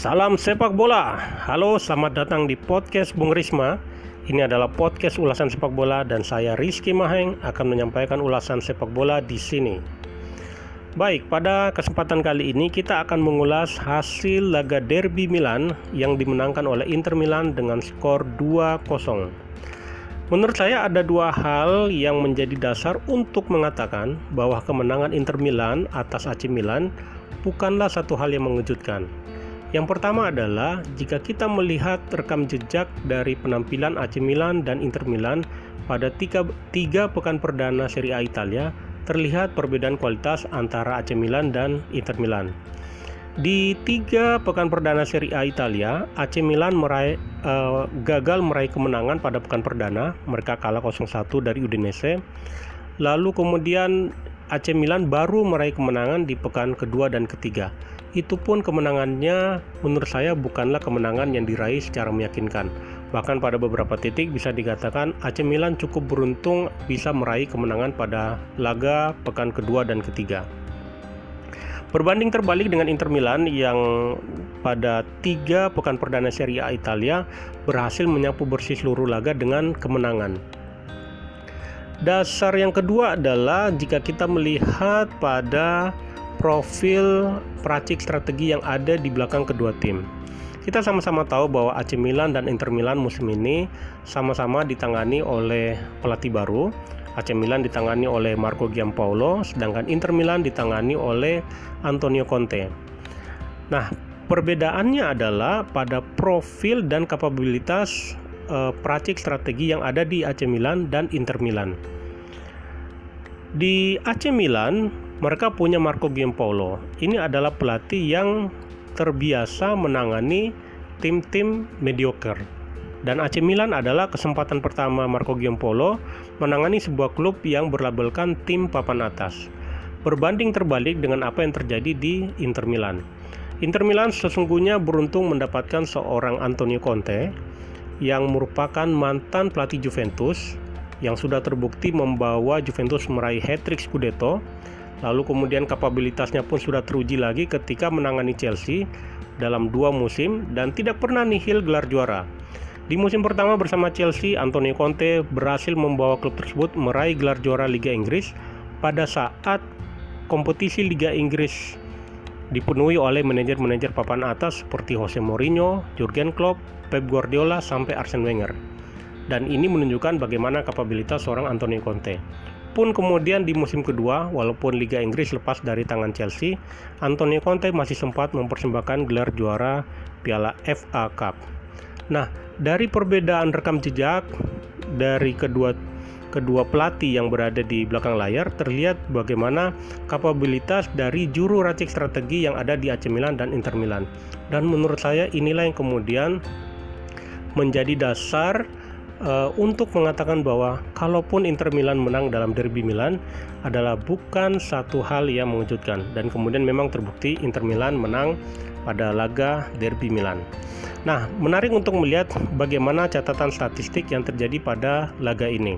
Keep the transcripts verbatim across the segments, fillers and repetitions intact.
Salam sepak bola. Halo, selamat datang di podcast Bung Risma. Ini adalah podcast ulasan sepak bola dan saya Rizky Maheng akan menyampaikan ulasan sepak bola di sini. Baik, pada kesempatan kali ini kita akan mengulas hasil laga Derby Milan yang dimenangkan oleh Inter Milan dengan skor dua kosong. Menurut saya ada dua hal yang menjadi dasar untuk mengatakan bahwa kemenangan Inter Milan atas A C Milan bukanlah satu hal yang mengejutkan. Yang pertama adalah jika kita melihat rekam jejak dari penampilan A C Milan dan Inter Milan pada tiga, tiga pekan perdana Serie A Italia, terlihat perbedaan kualitas antara A C Milan dan Inter Milan. Di tiga pekan perdana Serie A Italia, A C Milan meraih, uh, gagal meraih kemenangan pada pekan perdana, mereka kalah nol satu dari Udinese. Lalu kemudian A C Milan baru meraih kemenangan di pekan kedua dan ketiga. Itu pun kemenangannya menurut saya bukanlah kemenangan yang diraih secara meyakinkan. Bahkan pada beberapa titik bisa dikatakan A C Milan cukup beruntung bisa meraih kemenangan pada laga pekan kedua dan ketiga. Berbanding terbalik dengan Inter Milan yang pada tiga pekan perdana Serie A Italia berhasil menyapu bersih seluruh laga dengan kemenangan. Dasar yang kedua adalah jika kita melihat pada profil peracik strategi yang ada di belakang kedua tim. Kita sama-sama tahu bahwa A C Milan dan Inter Milan musim ini sama-sama ditangani oleh pelatih baru. A C Milan ditangani oleh Marco Giampaolo, sedangkan Inter Milan ditangani oleh Antonio Conte. Nah, perbedaannya adalah pada profil dan kapabilitas eh, peracik strategi yang ada di A C Milan dan Inter Milan. Di A C Milan mereka punya Marco Giampaolo. Ini adalah pelatih yang terbiasa menangani tim-tim mediocre. Dan A C Milan adalah kesempatan pertama Marco Giampaolo menangani sebuah klub yang berlabelkan tim papan atas. Berbanding terbalik dengan apa yang terjadi di Inter Milan. Inter Milan sesungguhnya beruntung mendapatkan seorang Antonio Conte yang merupakan mantan pelatih Juventus yang sudah terbukti membawa Juventus meraih hat-trick Scudetto. Lalu kemudian kapabilitasnya pun sudah teruji lagi ketika menangani Chelsea dalam dua musim dan tidak pernah nihil gelar juara. Di musim pertama bersama Chelsea, Antonio Conte berhasil membawa klub tersebut meraih gelar juara Liga Inggris pada saat kompetisi Liga Inggris dipenuhi oleh manajer-manajer papan atas seperti Jose Mourinho, Jurgen Klopp, Pep Guardiola, sampai Arsene Wenger. Dan ini menunjukkan bagaimana kapabilitas seorang Antonio Conte. Pun kemudian di musim kedua, walaupun Liga Inggris lepas dari tangan Chelsea, Antonio Conte masih sempat mempersembahkan gelar juara Piala F A Cup. Nah, dari perbedaan rekam jejak dari kedua kedua pelatih yang berada di belakang layar, terlihat bagaimana kapabilitas dari juru racik strategi yang ada di A C Milan dan Inter Milan. Dan menurut saya inilah yang kemudian menjadi dasar Uh, untuk mengatakan bahwa kalaupun Inter Milan menang dalam Derby Milan adalah bukan satu hal yang mengejutkan, dan kemudian memang terbukti Inter Milan menang pada laga Derby Milan. Nah, menarik untuk melihat bagaimana catatan statistik yang terjadi pada laga ini.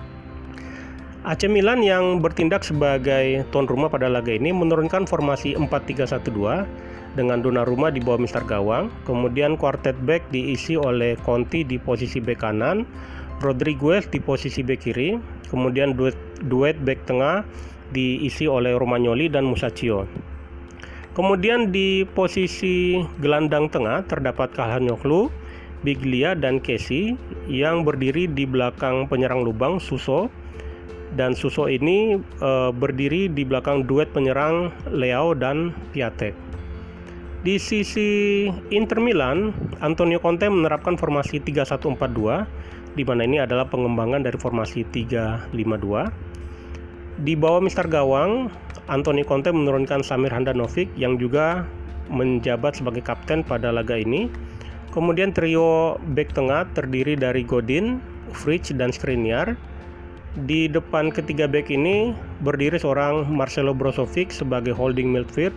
A C Milan yang bertindak sebagai tuan rumah pada laga ini menurunkan formasi empat tiga satu dua dengan Donnarumma di bawah mister gawang, kemudian quartet back diisi oleh Conti di posisi bek kanan, Rodriguez di posisi bek kiri, kemudian duet, duet bek tengah diisi oleh Romagnoli dan Musacchio. Kemudian di posisi gelandang tengah terdapat Calhanoglu, Biglia dan Kessie yang berdiri di belakang penyerang lubang Suso, dan Suso ini e, berdiri di belakang duet penyerang Leao dan Piatek. Di sisi Inter Milan, Antonio Conte menerapkan formasi tiga satu empat dua, di mana ini adalah pengembangan dari formasi tiga lima dua. Di bawah mister gawang, Antonio Conte menurunkan Samir Handanovic yang juga menjabat sebagai kapten pada laga ini. Kemudian trio bek tengah terdiri dari Godin, Fritz, dan Skriniar. Di depan ketiga bek ini berdiri seorang Marcelo Brozovic sebagai holding midfield.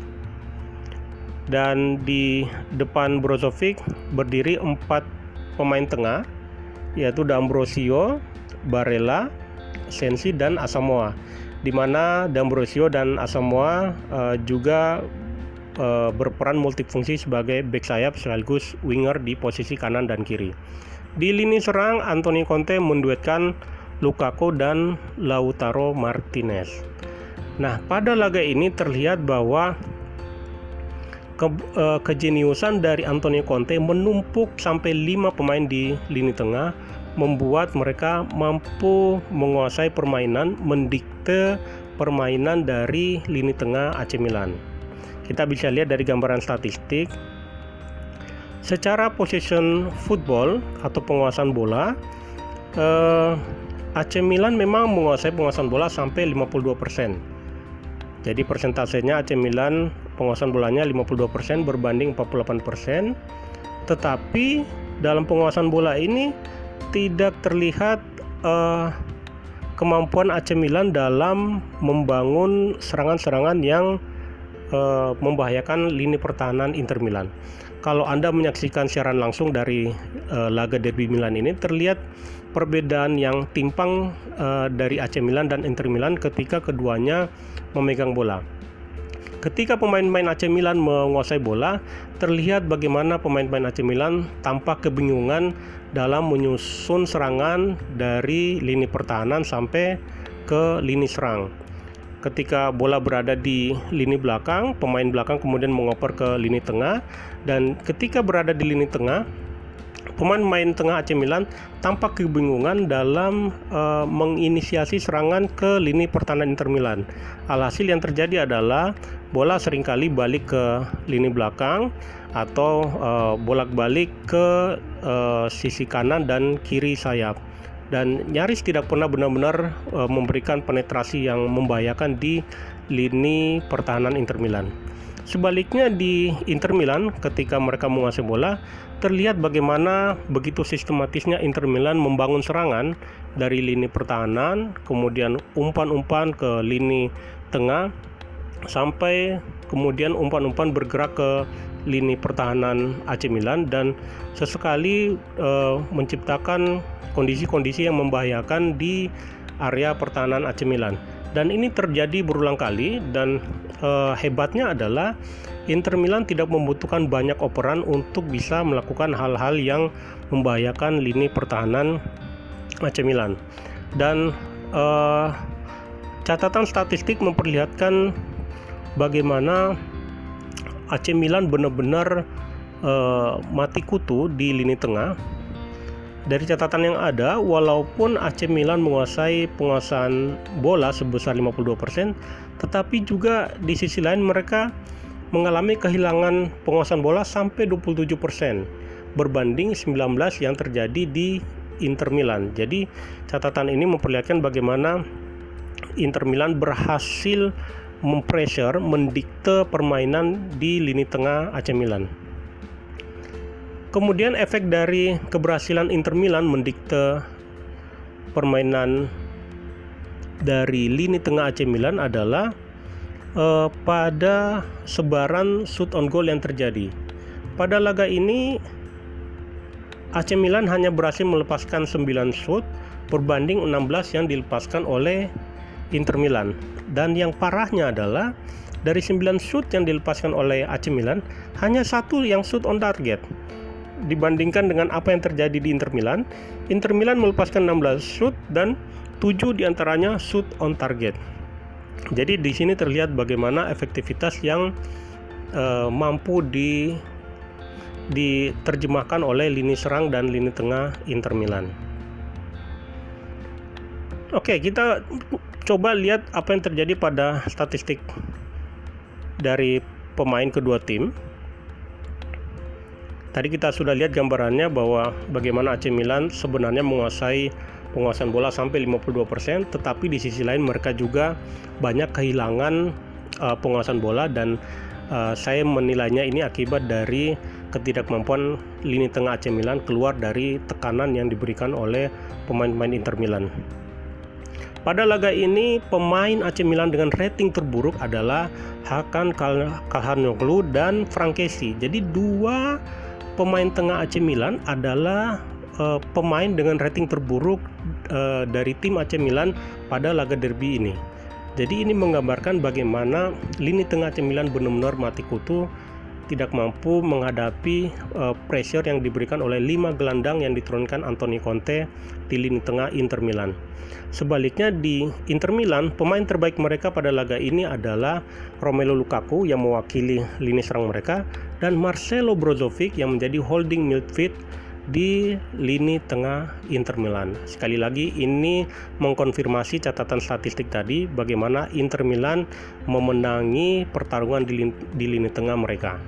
Dan di depan Brozovic berdiri empat pemain tengah, yaitu D'Ambrosio, Barella, Sensi, dan Asamoah. Di mana D'Ambrosio dan Asamoah uh, juga uh, berperan multifungsi sebagai bek sayap sekaligus winger di posisi kanan dan kiri. Di lini serang, Antonio Conte menduetkan Lukaku dan Lautaro Martinez. Nah, pada laga ini terlihat bahwa ke, uh, kejeniusan dari Antonio Conte menumpuk sampai lima pemain di lini tengah, membuat mereka mampu menguasai permainan, mendikte permainan dari lini tengah A C Milan. Kita bisa lihat dari gambaran statistik. Secara possession football atau penguasaan bola, eh, A C Milan memang menguasai penguasaan bola sampai lima puluh dua persen. Jadi persentasenya A C Milan penguasaan bolanya lima puluh dua persen berbanding empat puluh delapan persen. Tetapi dalam penguasaan bola ini tidak terlihat uh, kemampuan A C Milan dalam membangun serangan-serangan yang uh, membahayakan lini pertahanan Inter Milan. Kalau Anda menyaksikan siaran langsung dari uh, laga derby Milan ini, terlihat perbedaan yang timpang uh, dari A C Milan dan Inter Milan ketika keduanya memegang bola. Ketika pemain-pemain A C Milan menguasai bola, terlihat bagaimana pemain-pemain A C Milan tampak kebingungan dalam menyusun serangan dari lini pertahanan sampai ke lini serang. Ketika bola berada di lini belakang, pemain belakang kemudian mengoper ke lini tengah, dan ketika berada di lini tengah, pemain-pemain tengah A C Milan tampak kebingungan dalam uh, menginisiasi serangan ke lini pertahanan Inter Milan. Alhasil yang terjadi adalah bola seringkali balik ke lini belakang atau uh, bolak-balik ke uh, sisi kanan dan kiri sayap, dan nyaris tidak pernah benar-benar uh, memberikan penetrasi yang membahayakan di lini pertahanan Inter Milan. Sebaliknya di Inter Milan, ketika mereka menguasai bola, terlihat bagaimana begitu sistematisnya Inter Milan membangun serangan dari lini pertahanan, kemudian umpan-umpan ke lini tengah, sampai kemudian umpan-umpan bergerak ke lini pertahanan A C Milan, dan sesekali e, menciptakan kondisi-kondisi yang membahayakan di area pertahanan A C Milan. Dan ini terjadi berulang kali, dan e, hebatnya adalah Inter Milan tidak membutuhkan banyak operan untuk bisa melakukan hal-hal yang membahayakan lini pertahanan A C Milan. Dan e, catatan statistik memperlihatkan bagaimana A C Milan benar-benar uh, mati kutu di lini tengah. Dari catatan yang ada, walaupun A C Milan menguasai penguasaan bola sebesar lima puluh dua persen, tetapi juga di sisi lain mereka mengalami kehilangan penguasaan bola sampai dua puluh tujuh persen berbanding sembilan belas yang terjadi di Inter Milan. Jadi catatan ini memperlihatkan bagaimana Inter Milan berhasil mempressure, mendikte permainan di lini tengah A C Milan. Kemudian efek dari keberhasilan Inter Milan mendikte permainan dari lini tengah A C Milan adalah eh, pada sebaran shoot on goal yang terjadi. Pada laga ini A C Milan hanya berhasil melepaskan sembilan shoot berbanding enam belas yang dilepaskan oleh Inter Milan. Dan yang parahnya adalah dari sembilan shoot yang dilepaskan oleh A C Milan, hanya satu yang shoot on target. Dibandingkan dengan apa yang terjadi di Inter Milan, Inter Milan melepaskan enam belas shoot dan tujuh diantaranya shoot on target. Jadi di sini terlihat bagaimana efektivitas yang uh, mampu di diterjemahkan oleh lini serang dan lini tengah Inter Milan. Oke, kita coba lihat apa yang terjadi pada statistik dari pemain kedua tim. Tadi kita sudah lihat gambarannya bahwa bagaimana A C Milan sebenarnya menguasai penguasaan bola sampai lima puluh dua persen, tetapi di sisi lain mereka juga banyak kehilangan uh, penguasaan bola, dan uh, saya menilainya ini akibat dari ketidakmampuan lini tengah A C Milan keluar dari tekanan yang diberikan oleh pemain-pemain Inter Milan. Pada laga ini, pemain A C Milan dengan rating terburuk adalah Hakan Calhanoglu dan Frankesi. Jadi dua pemain tengah A C Milan adalah uh, pemain dengan rating terburuk uh, dari tim A C Milan pada laga derby ini. Jadi ini menggambarkan bagaimana lini tengah A C Milan benar-benar mati kutu, tidak mampu menghadapi uh, pressure yang diberikan oleh lima gelandang yang diturunkan Antonio Conte di lini tengah Inter Milan. Sebaliknya di Inter Milan, pemain terbaik mereka pada laga ini adalah Romelu Lukaku yang mewakili lini serang mereka dan Marcelo Brozovic yang menjadi holding midfield di lini tengah Inter Milan. Sekali lagi ini mengkonfirmasi catatan statistik tadi bagaimana Inter Milan memenangi pertarungan di lini, di lini tengah mereka.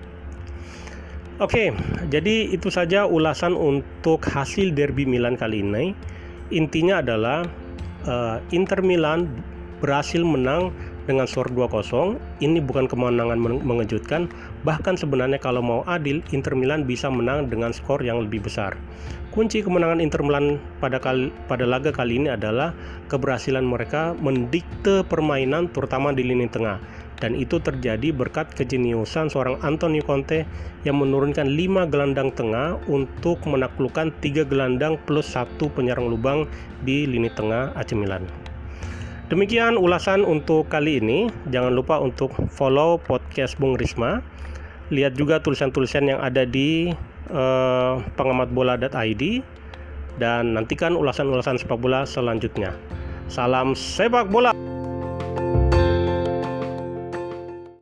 Oke, jadi itu saja ulasan untuk hasil derby Milan kali ini. Intinya adalah uh, Inter Milan berhasil menang dengan skor dua kosong. Ini bukan kemenangan mengejutkan, bahkan sebenarnya kalau mau adil, Inter Milan bisa menang dengan skor yang lebih besar. Kunci kemenangan Inter Milan pada kali, pada laga kali ini adalah keberhasilan mereka mendikte permainan terutama di lini tengah. Dan itu terjadi berkat kejeniusan seorang Antonio Conte yang menurunkan lima gelandang tengah untuk menaklukkan tiga gelandang plus satu penyerang lubang di lini tengah A C Milan. Demikian ulasan untuk kali ini. Jangan lupa untuk follow podcast Bung Risma. Lihat juga tulisan-tulisan yang ada di uh, pengamatbola dot i d dan nantikan ulasan-ulasan sepak bola selanjutnya. Salam sepak bola.